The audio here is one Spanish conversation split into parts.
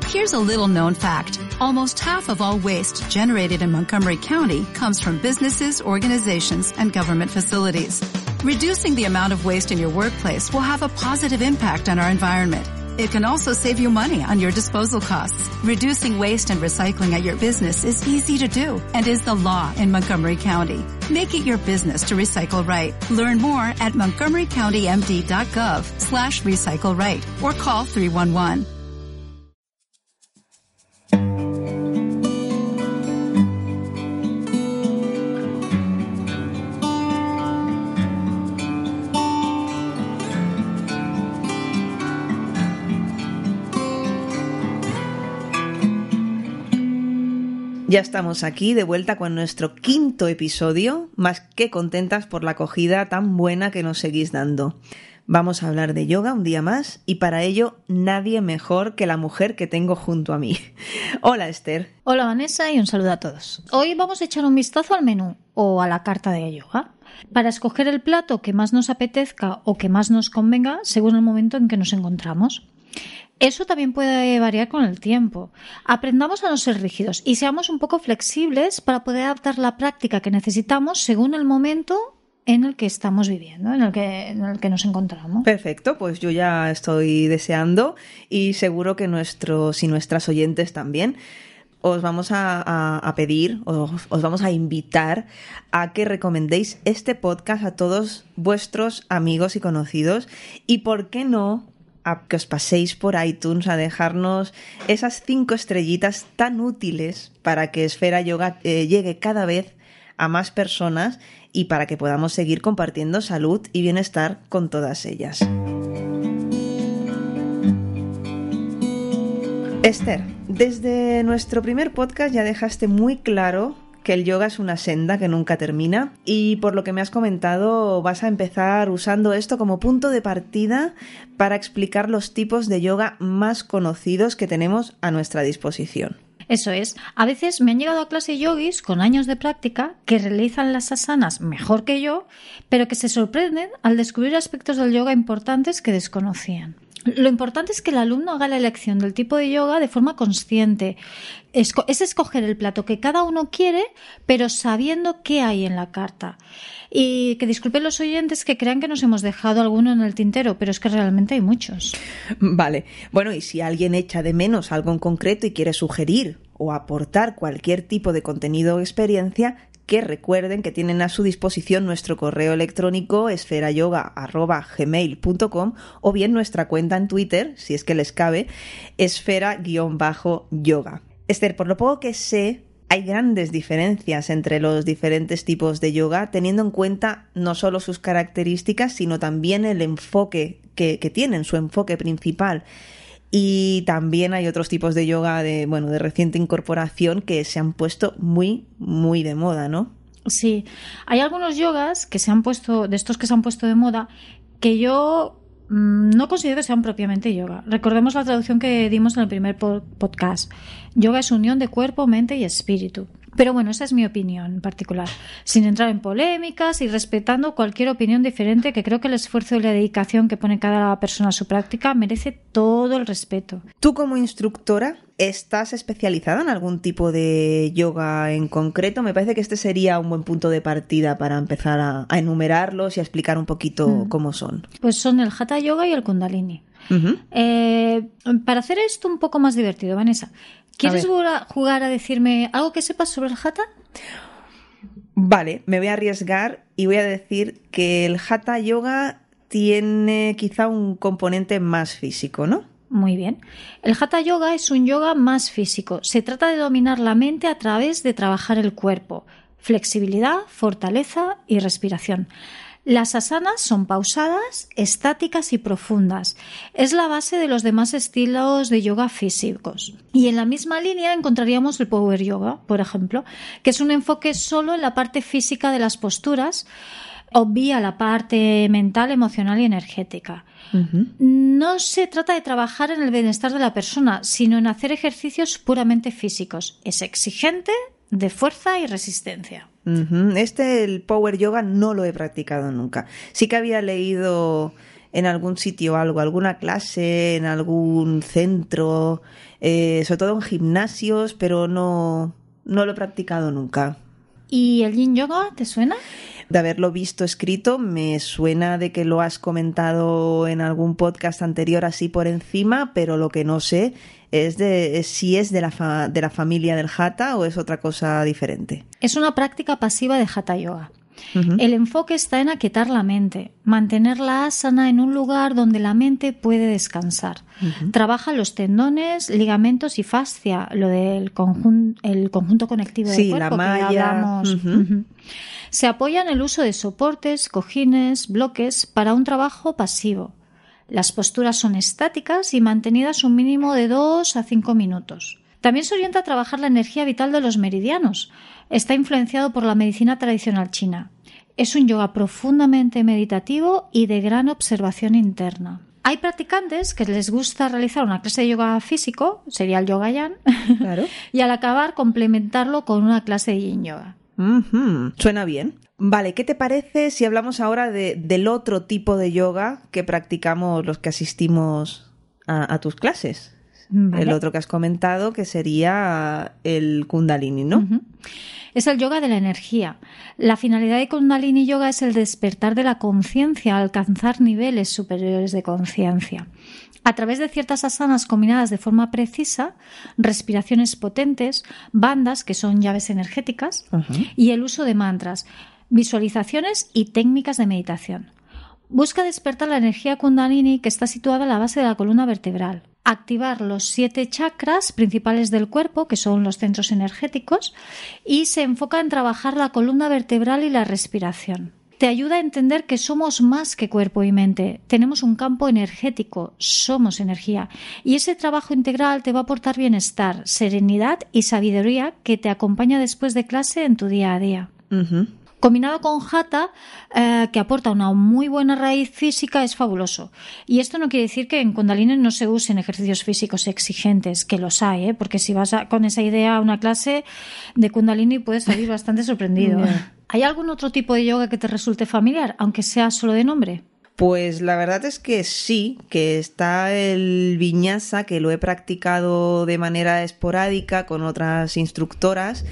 Here's a little known fact. Almost half of all waste generated in Montgomery County comes from businesses, organizations, and government facilities. Reducing the amount of waste in your workplace will have a positive impact on our environment. It can also save you money on your disposal costs. Reducing waste and recycling at your business is easy to do and is the law in Montgomery County. Make it your business to recycle right. Learn more at montgomerycountymd.gov/recycle right or call 311. Ya estamos aquí de vuelta con nuestro 5º episodio, más que contentas por la acogida tan buena que nos seguís dando. Vamos a hablar de yoga un día más y para ello nadie mejor que la mujer que tengo junto a mí. Hola Esther. Hola Vanessa y un saludo a todos. Hoy vamos a echar un vistazo al menú o a la carta de yoga para escoger el plato que más nos apetezca o que más nos convenga según el momento en que nos encontramos. Eso también puede variar con el tiempo. Aprendamos a no ser rígidos y seamos un poco flexibles para poder adaptar la práctica que necesitamos según el momento en el que estamos viviendo, en el que nos encontramos. Perfecto, pues yo ya estoy deseando y seguro que nuestros y nuestras oyentes también. Os vamos a pedir, os vamos a invitar a que recomendéis este podcast a todos vuestros amigos y conocidos y, ¿por qué no?, a que os paséis por iTunes a dejarnos esas 5 estrellitas tan útiles para que Esfera Yoga llegue cada vez a más personas y para que podamos seguir compartiendo salud y bienestar con todas ellas. Esther, desde nuestro primer podcast ya dejaste muy claro que el yoga es una senda que nunca termina y por lo que me has comentado vas a empezar usando esto como punto de partida para explicar los tipos de yoga más conocidos que tenemos a nuestra disposición. Eso es. A veces me han llegado a clase yogis con años de práctica que realizan las asanas mejor que yo, pero que se sorprenden al descubrir aspectos del yoga importantes que desconocían. Lo importante es que el alumno haga la elección del tipo de yoga de forma consciente. Es escoger el plato que cada uno quiere, pero sabiendo qué hay en la carta. Y que disculpen los oyentes que crean que nos hemos dejado alguno en el tintero, pero es que realmente hay muchos. Vale. Bueno, y si alguien echa de menos algo en concreto y quiere sugerir o aportar cualquier tipo de contenido o experiencia, que recuerden que tienen a su disposición nuestro correo electrónico esferayoga@gmail.com o bien nuestra cuenta en Twitter, si es que les cabe, esfera_yoga. Esther, por lo poco que sé, hay grandes diferencias entre los diferentes tipos de yoga, teniendo en cuenta no solo sus características, sino también el enfoque que tienen, su enfoque principal. Y también hay otros tipos de yoga de reciente incorporación que se han puesto muy, muy de moda, ¿no? Sí, hay algunos yogas que se han puesto, de estos que se han puesto de moda, que yo no considero que sean propiamente yoga. Recordemos la traducción que dimos en el primer podcast. Yoga es unión de cuerpo, mente y espíritu. Pero bueno, esa es mi opinión en particular, sin entrar en polémicas y respetando cualquier opinión diferente, que creo que el esfuerzo y la dedicación que pone cada persona a su práctica merece todo el respeto. ¿Tú como instructora estás especializada en algún tipo de yoga en concreto? Me parece que este sería un buen punto de partida para empezar a enumerarlos y a explicar un poquito cómo son. Pues son el Hatha Yoga y el Kundalini. Para hacer esto un poco más divertido, Vanessa, ¿quieres jugar a decirme algo que sepas sobre el Hatha? Vale, me voy a arriesgar y voy a decir que el Hatha Yoga tiene quizá un componente más físico, ¿no? Muy bien. El Hatha Yoga es un yoga más físico. Se trata de dominar la mente a través de trabajar el cuerpo, flexibilidad, fortaleza y respiración. Las asanas son pausadas, estáticas y profundas. Es la base de los demás estilos de yoga físicos. Y en la misma línea encontraríamos el Power Yoga, por ejemplo, que es un enfoque solo en la parte física de las posturas, obvia la parte mental, emocional y energética. No se trata de trabajar en el bienestar de la persona, sino en hacer ejercicios puramente físicos. Es exigente, de fuerza y resistencia. El Power Yoga no lo he practicado nunca. Sí que había leído en algún sitio algo, alguna clase, en algún centro, sobre todo en gimnasios, pero no lo he practicado nunca. ¿Y el Yin Yoga te suena? De haberlo visto escrito, me suena de que lo has comentado en algún podcast anterior así por encima, pero lo que no sé es si es de la familia del Hatha o es otra cosa diferente. Es una práctica pasiva de Hatha Yoga. El enfoque está en aquietar la mente, mantener la asana en un lugar donde la mente puede descansar. Trabaja los tendones, ligamentos y fascia, lo del el conjunto conectivo del cuerpo, la malla. Que hablamos. Se apoya en el uso de soportes, cojines, bloques para un trabajo pasivo. Las posturas son estáticas y mantenidas un mínimo de 2 a 5 minutos. También se orienta a trabajar la energía vital de los meridianos. Está influenciado por la medicina tradicional china. Es un yoga profundamente meditativo y de gran observación interna. Hay practicantes que les gusta realizar una clase de yoga físico, sería el yoga yan, claro. Y al acabar complementarlo con una clase de yin yoga. Suena bien. Vale, ¿qué te parece si hablamos ahora del otro tipo de yoga que practicamos los que asistimos a tus clases? Vale. El otro que has comentado, que sería el Kundalini, ¿no? Es el yoga de la energía. La finalidad de Kundalini Yoga es el despertar de la conciencia, alcanzar niveles superiores de conciencia. A través de ciertas asanas combinadas de forma precisa, respiraciones potentes, bandas, que son llaves energéticas, y el uso de mantras, visualizaciones y técnicas de meditación. Busca despertar la energía Kundalini que está situada a la base de la columna vertebral, activar los 7 chakras principales del cuerpo, que son los centros energéticos, y se enfoca en trabajar la columna vertebral y la respiración. Te ayuda a entender que somos más que cuerpo y mente. Tenemos un campo energético, somos energía. Y ese trabajo integral te va a aportar bienestar, serenidad y sabiduría que te acompaña después de clase en tu día a día. Combinado con Hatha, que aporta una muy buena raíz física, es fabuloso. Y esto no quiere decir que en Kundalini no se usen ejercicios físicos exigentes, que los hay, porque si vas con esa idea a una clase de Kundalini puedes salir bastante sorprendido. ¿Hay algún otro tipo de yoga que te resulte familiar, aunque sea solo de nombre? Pues la verdad es que sí, que está el Vinyasa, que lo he practicado de manera esporádica con otras instructoras,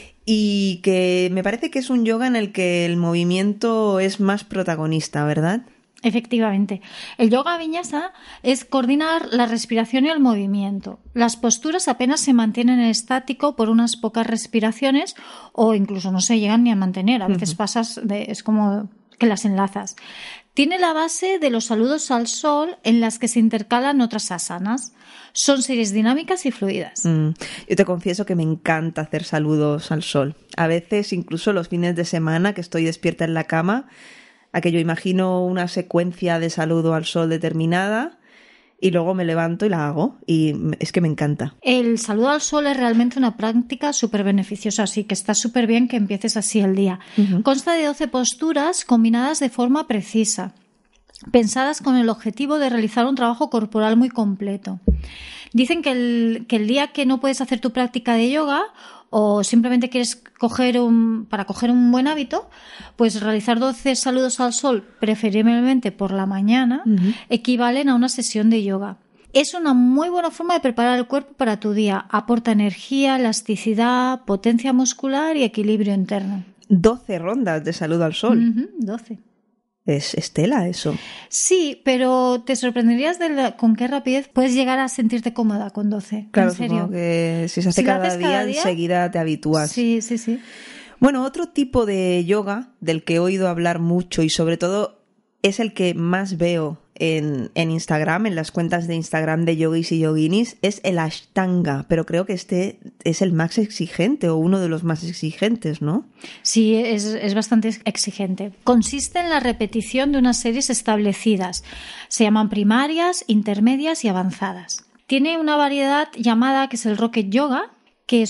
y que me parece que es un yoga en el que el movimiento es más protagonista, ¿verdad? Efectivamente. El yoga vinyasa es coordinar la respiración y el movimiento. Las posturas apenas se mantienen en estático por unas pocas respiraciones o incluso no se llegan ni a mantener. A veces es como que las enlazas. Tiene la base de los saludos al sol en las que se intercalan otras asanas. Son series dinámicas y fluidas. Yo te confieso que me encanta hacer saludos al sol. A veces, incluso los fines de semana que estoy despierta en la cama, a que yo imagino una secuencia de saludo al sol determinada y luego me levanto y la hago. Y es que me encanta. El saludo al sol es realmente una práctica súper beneficiosa, así que está súper bien que empieces así el día. Consta de 12 posturas combinadas de forma precisa, pensadas con el objetivo de realizar un trabajo corporal muy completo. Dicen que el día que no puedes hacer tu práctica de yoga o simplemente quieres para coger un buen hábito, pues realizar 12 saludos al sol, preferiblemente por la mañana, equivalen a una sesión de yoga. Es una muy buena forma de preparar el cuerpo para tu día. Aporta energía, elasticidad, potencia muscular y equilibrio interno. 12 rondas de saludo al sol. 12. Es tela eso. Sí, pero te sorprenderías con qué rapidez puedes llegar a sentirte cómoda con 12. Claro, en serio. Supongo que si se hace cada día, enseguida te habitúas. Sí. Bueno, otro tipo de yoga del que he oído hablar mucho y sobre todo es el que más veo en Instagram, en las cuentas de Instagram de yogis y yoginis, es el Ashtanga, pero creo que este es el más exigente o uno de los más exigentes, ¿no? Sí, es bastante exigente. Consiste en la repetición de unas series establecidas. Se llaman primarias, intermedias y avanzadas. Tiene una variedad llamada que es el Rocket Yoga, que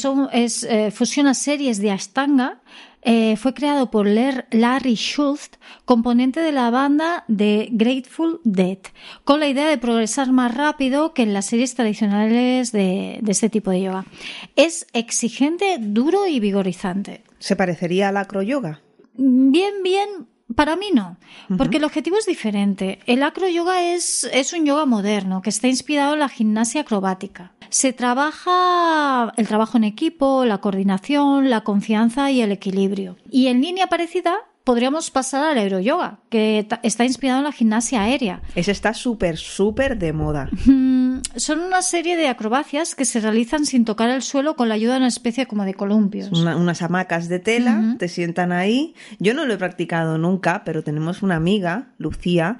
fusiona series de Ashtanga. Fue creado por Larry Schultz, componente de la banda de Grateful Dead, con la idea de progresar más rápido que en las series tradicionales de este tipo de yoga. Es exigente, duro y vigorizante. ¿Se parecería al acroyoga? Bien, Para mí no, porque el objetivo es diferente. El acroyoga es un yoga moderno que está inspirado en la gimnasia acrobática. Se trabaja el trabajo en equipo, la coordinación, la confianza y el equilibrio. Y en línea parecida podríamos pasar al aeroyoga, que está inspirado en la gimnasia aérea. Ese está súper de moda. Son una serie de acrobacias que se realizan sin tocar el suelo con la ayuda de una especie como de columpios. Unas hamacas de tela, te sientan ahí. Yo no lo he practicado nunca, pero tenemos una amiga, Lucía,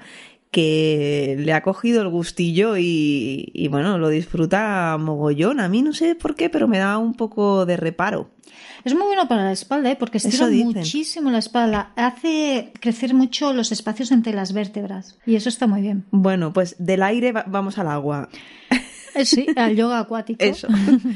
que le ha cogido el gustillo y bueno, lo disfruta mogollón. A mí no sé por qué, pero me da un poco de reparo. Es muy bueno para la espalda, porque estira muchísimo la espalda. Hace crecer mucho los espacios entre las vértebras. Y eso está muy bien. Bueno, pues del aire vamos al agua. Sí, al yoga acuático. Eso.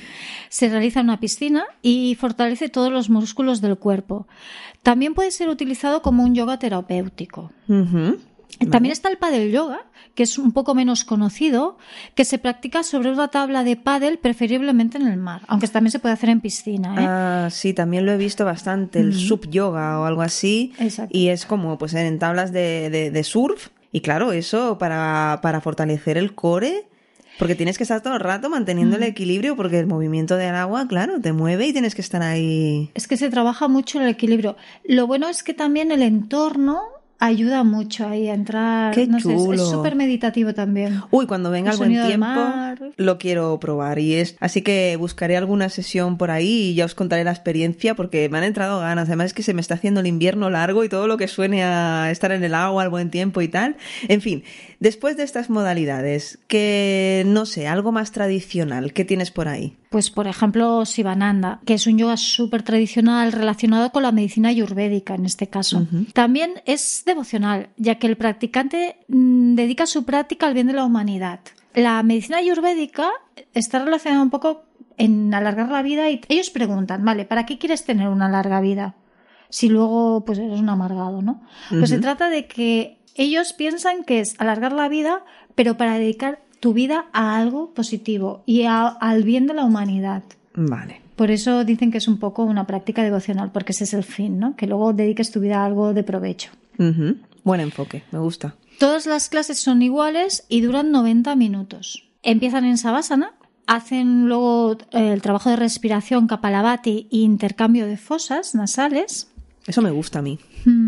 Se realiza en una piscina y fortalece todos los músculos del cuerpo. También puede ser utilizado como un yoga terapéutico. También está el pádel yoga, que es un poco menos conocido, que se practica sobre una tabla de pádel, preferiblemente en el mar, aunque también se puede hacer en piscina, ¿eh? Ah, sí, también lo he visto bastante, el sub yoga o algo así. Exacto. Y es como pues en tablas de surf. Y claro, eso para fortalecer el core, porque tienes que estar todo el rato manteniendo el equilibrio, porque el movimiento del agua, claro, te mueve y tienes que estar ahí. Es que se trabaja mucho el equilibrio. Lo bueno es que también el entorno ayuda mucho ahí a entrar. Qué no chulo. sé, es súper meditativo también. Uy, cuando venga el buen sonido del tiempo mar. lo quiero probar así que buscaré alguna sesión por ahí y ya os contaré la experiencia porque me han entrado ganas. Además es que se me está haciendo el invierno largo y todo lo que suene a estar en el agua, al buen tiempo y tal. En fin, después de estas modalidades, que no sé, algo más tradicional, ¿qué tienes por ahí? Pues, por ejemplo, Sivananda, que es un yoga súper tradicional relacionado con la medicina ayurvédica, en este caso. También es devocional, ya que el practicante dedica su práctica al bien de la humanidad. La medicina ayurvédica está relacionada un poco en alargar la vida y ellos preguntan, vale, ¿para qué quieres tener una larga vida? Si luego pues eres un amargado, ¿no? Pues se trata de que ellos piensan que es alargar la vida, pero para dedicar tu vida a algo positivo y al bien de la humanidad. Vale. Por eso dicen que es un poco una práctica devocional, porque ese es el fin, ¿no? Que luego dediques tu vida a algo de provecho. Buen enfoque, me gusta. Todas las clases son iguales y duran 90 minutos. Empiezan en Savasana, hacen luego el trabajo de respiración Kapalabhati e intercambio de fosas nasales. Eso me gusta a mí.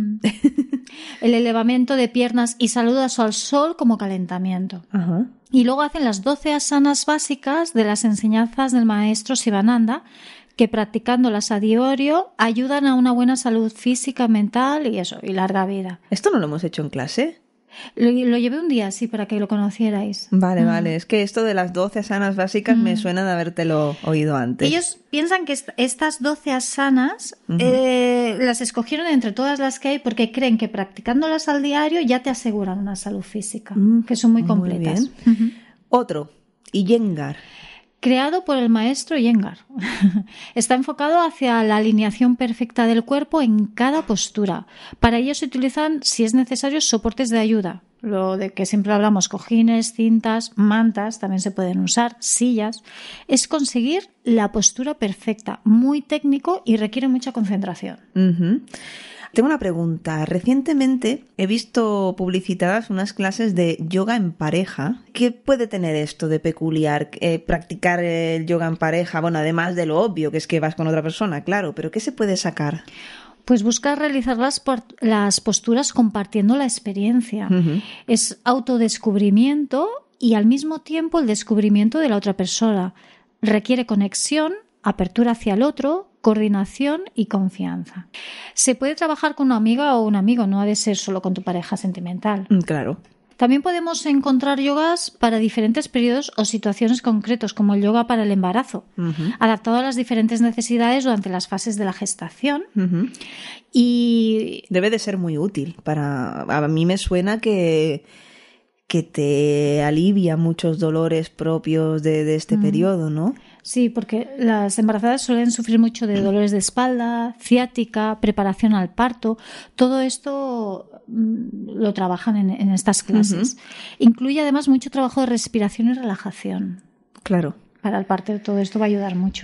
El elevamiento de piernas y saludos al sol como calentamiento. Y luego hacen las 12 asanas básicas de las enseñanzas del maestro Sivananda, que practicándolas a diario ayudan a una buena salud física, mental y larga vida. ¿Esto no lo hemos hecho en clase? Lo llevé un día, sí, para que lo conocierais. Vale. Es que esto de las 12 asanas básicas me suena de habértelo oído antes. Ellos piensan que estas 12 asanas las escogieron entre todas las que hay porque creen que practicándolas al diario ya te aseguran una salud física, que son muy completas. Muy bien. Otro, Iyengar. Creado por el maestro Iyengar. Está enfocado hacia la alineación perfecta del cuerpo en cada postura. Para ello se utilizan, si es necesario, soportes de ayuda. Lo de que siempre hablamos, cojines, cintas, mantas, también se pueden usar, sillas. Es conseguir la postura perfecta, muy técnico y requiere mucha concentración. Tengo una pregunta. Recientemente he visto publicitadas unas clases de yoga en pareja. ¿Qué puede tener esto de peculiar? Practicar el yoga en pareja, bueno, además de lo obvio, que es que vas con otra persona, claro, pero ¿qué se puede sacar? Pues busca realizar las posturas compartiendo la experiencia. Es autodescubrimiento y al mismo tiempo el descubrimiento de la otra persona. Requiere conexión, apertura hacia el otro, coordinación y confianza. Se puede trabajar con una amiga o un amigo, no ha de ser solo con tu pareja sentimental. Claro. También podemos encontrar yogas para diferentes periodos o situaciones concretos, como el yoga para el embarazo, adaptado a las diferentes necesidades durante las fases de la gestación. Y debe de ser muy útil. A mí me suena que te alivia muchos dolores propios de este periodo, ¿no? Sí, porque las embarazadas suelen sufrir mucho de dolores de espalda, ciática, preparación al parto. Todo esto lo trabajan en estas clases. Incluye además mucho trabajo de respiración y relajación. Claro. Para el parto todo esto va a ayudar mucho.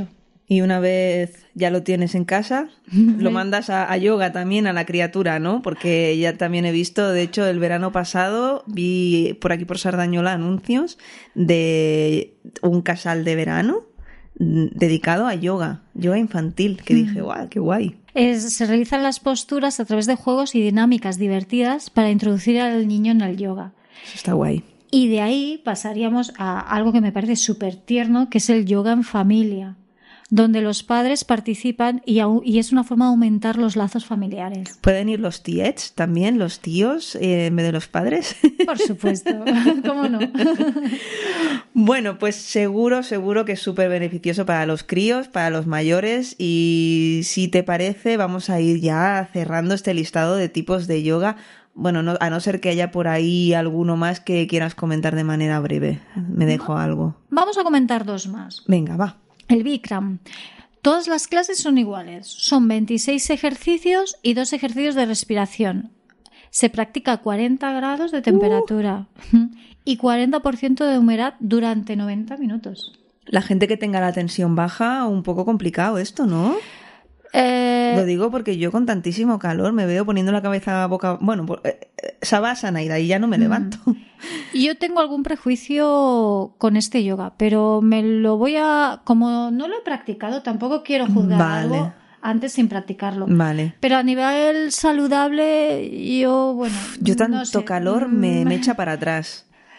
Y una vez ya lo tienes en casa, lo mandas a yoga también a la criatura, ¿no? Porque ya también he visto, de hecho, el verano pasado vi por aquí por Sardañola anuncios de un casal de verano dedicado a yoga infantil, que dije, guau, qué guay. Se realizan las posturas a través de juegos y dinámicas divertidas para introducir al niño en el yoga. Eso está guay. Y de ahí pasaríamos a algo que me parece súper tierno, que es el yoga en familia, donde los padres participan y es una forma de aumentar los lazos familiares. ¿Pueden ir los tiets también, los tíos, en vez de los padres? Por supuesto, ¿cómo no? Bueno, pues seguro que es súper beneficioso para los críos, para los mayores, y si te parece vamos a ir ya cerrando este listado de tipos de yoga. Bueno, a no ser que haya por ahí alguno más que quieras comentar de manera breve. Me dejo algo. Vamos a comentar 2 más. Venga, va. El Bikram. Todas las clases son iguales. Son 26 ejercicios y 2 ejercicios de respiración. Se practica a 40 grados de temperatura y 40% de humedad durante 90 minutos. La gente que tenga la tensión baja, un poco complicado esto, ¿no? Lo digo porque yo con tantísimo calor me veo poniendo la cabeza boca... Bueno, savasana y de ahí ya no me levanto. Yo tengo algún prejuicio con este yoga, pero me lo voy a... Como no lo he practicado, tampoco quiero juzgar algo antes sin practicarlo. Vale. Pero a nivel saludable, yo tanto no sé. calor me echa para atrás.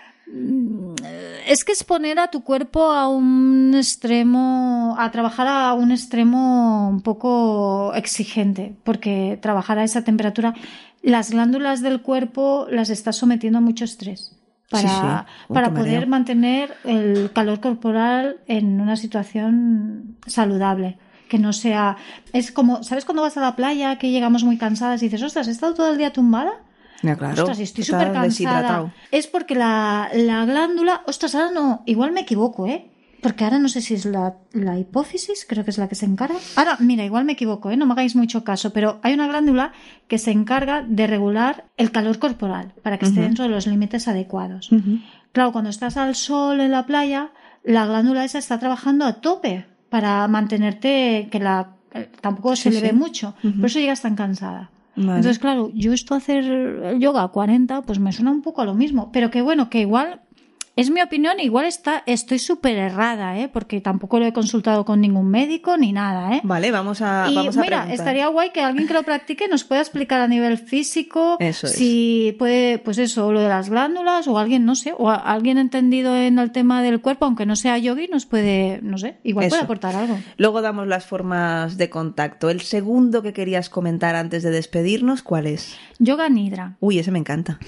Es que es poner a tu cuerpo a un extremo, a trabajar a un extremo un poco exigente, porque trabajar a esa temperatura, las glándulas del cuerpo las estás sometiendo a mucho estrés para poder mantener el calor corporal en una situación saludable. Que no sea... Es como, ¿sabes cuando vas a la playa que llegamos muy cansadas y dices, ostras, ¿he estado todo el día tumbada? Ya, claro. Ostras, estoy súper cansada. Es porque la glándula... Ostras, ahora no, igual me equivoco, ¿eh? Porque ahora no sé si es la hipófisis, creo que es la que se encarga. Ahora, mira, igual me equivoco, ¿eh? No me hagáis mucho caso, pero hay una glándula que se encarga de regular el calor corporal para que esté dentro de los límites adecuados. Claro, cuando estás al sol en la playa, la glándula esa está trabajando a tope para mantenerte, que tampoco se le ve mucho. Por eso llegas tan cansada. Vale. Entonces, claro, yo hacer yoga a 40, pues me suena un poco a lo mismo. Pero que bueno, que igual, es mi opinión, igual estoy súper errada, porque tampoco lo he consultado con ningún médico ni nada, Vale, vamos a mira, preguntar. estaría guay que alguien que lo practique nos pueda explicar a nivel físico si puede, pues eso, lo de las glándulas, o alguien, no sé, o alguien entendido en el tema del cuerpo, aunque no sea yogui, nos puede, no sé, igual puede aportar algo. Luego damos las formas de contacto. El segundo que querías comentar antes de despedirnos, ¿cuál es? Yoga Nidra. Uy, ese me encanta.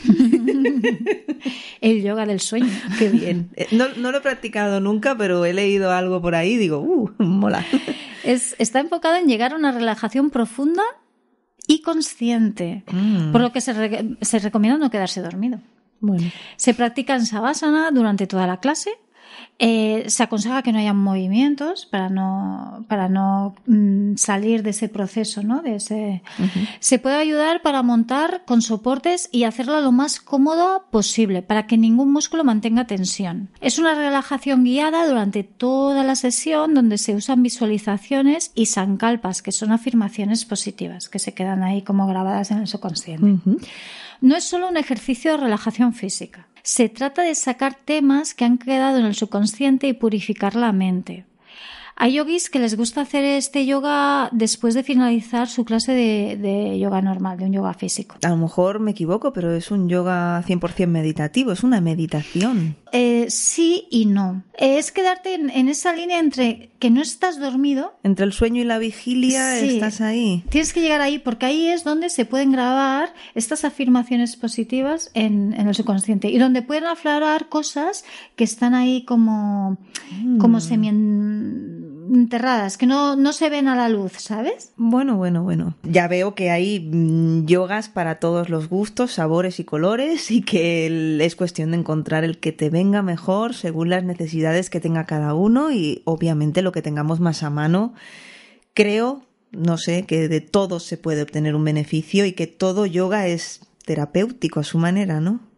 El yoga del sueño. Qué bien. No lo he practicado nunca, pero he leído algo por ahí y digo, mola. Está enfocado en llegar a una relajación profunda y consciente, por lo que se recomienda no quedarse dormido. Bueno. Se practica en Savasana durante toda la clase. Se aconseja que no haya movimientos para no salir de ese proceso, ¿no? Se puede ayudar para montar con soportes y hacerla lo más cómoda posible para que ningún músculo mantenga tensión. Es una relajación guiada durante toda la sesión donde se usan visualizaciones y sankalpas, que son afirmaciones positivas que se quedan ahí como grabadas en el subconsciente. No es solo un ejercicio de relajación física. Se trata de sacar temas que han quedado en el subconsciente y purificar la mente. Hay yogis que les gusta hacer este yoga después de finalizar su clase de yoga normal, de un yoga físico. A lo mejor me equivoco, pero es un yoga 100% meditativo, es una meditación. Sí y no. Es quedarte en esa línea entre que no estás dormido. Entre el sueño y la vigilia estás ahí. Tienes que llegar ahí porque ahí es donde se pueden grabar estas afirmaciones positivas en el subconsciente y donde pueden aflorar cosas que están ahí como enterradas, que no se ven a la luz, ¿sabes? Bueno. Ya veo que hay yogas para todos los gustos, sabores y colores y que es cuestión de encontrar el que te venga mejor según las necesidades que tenga cada uno y obviamente lo que tengamos más a mano. Creo, no sé, que de todo se puede obtener un beneficio y que todo yoga es terapéutico a su manera, ¿no?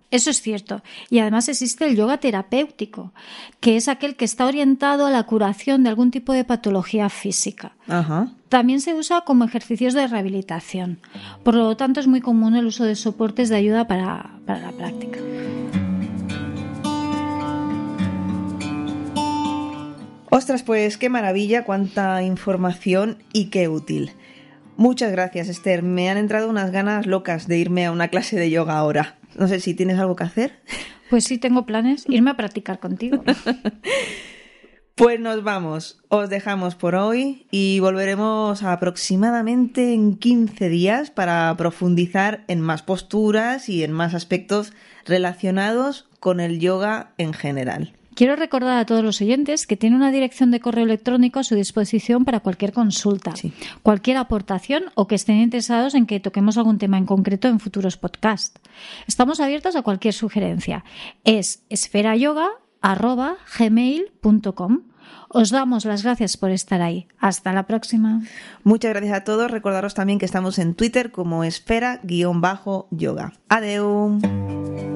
Eso es cierto. Y además existe el yoga terapéutico, que es aquel que está orientado a la curación de algún tipo de patología física. Ajá. También se usa como ejercicios de rehabilitación. Por lo tanto, es muy común el uso de soportes de ayuda para la práctica. Ostras, pues qué maravilla, cuánta información y qué útil. Muchas gracias, Esther. Me han entrado unas ganas locas de irme a una clase de yoga ahora. No sé si tienes algo que hacer. Pues sí, tengo planes. Irme a practicar contigo. Pues nos vamos. Os dejamos por hoy y volveremos aproximadamente en 15 días para profundizar en más posturas y en más aspectos relacionados con el yoga en general. Quiero recordar a todos los oyentes que tiene una dirección de correo electrónico a su disposición para cualquier consulta, Sí. cualquier aportación o que estén interesados en que toquemos algún tema en concreto en futuros podcasts. Estamos abiertos a cualquier sugerencia. Es esferayoga@gmail.com. Os damos las gracias por estar ahí. Hasta la próxima. Muchas gracias a todos. Recordaros también que estamos en Twitter como esfera_yoga. Adeu.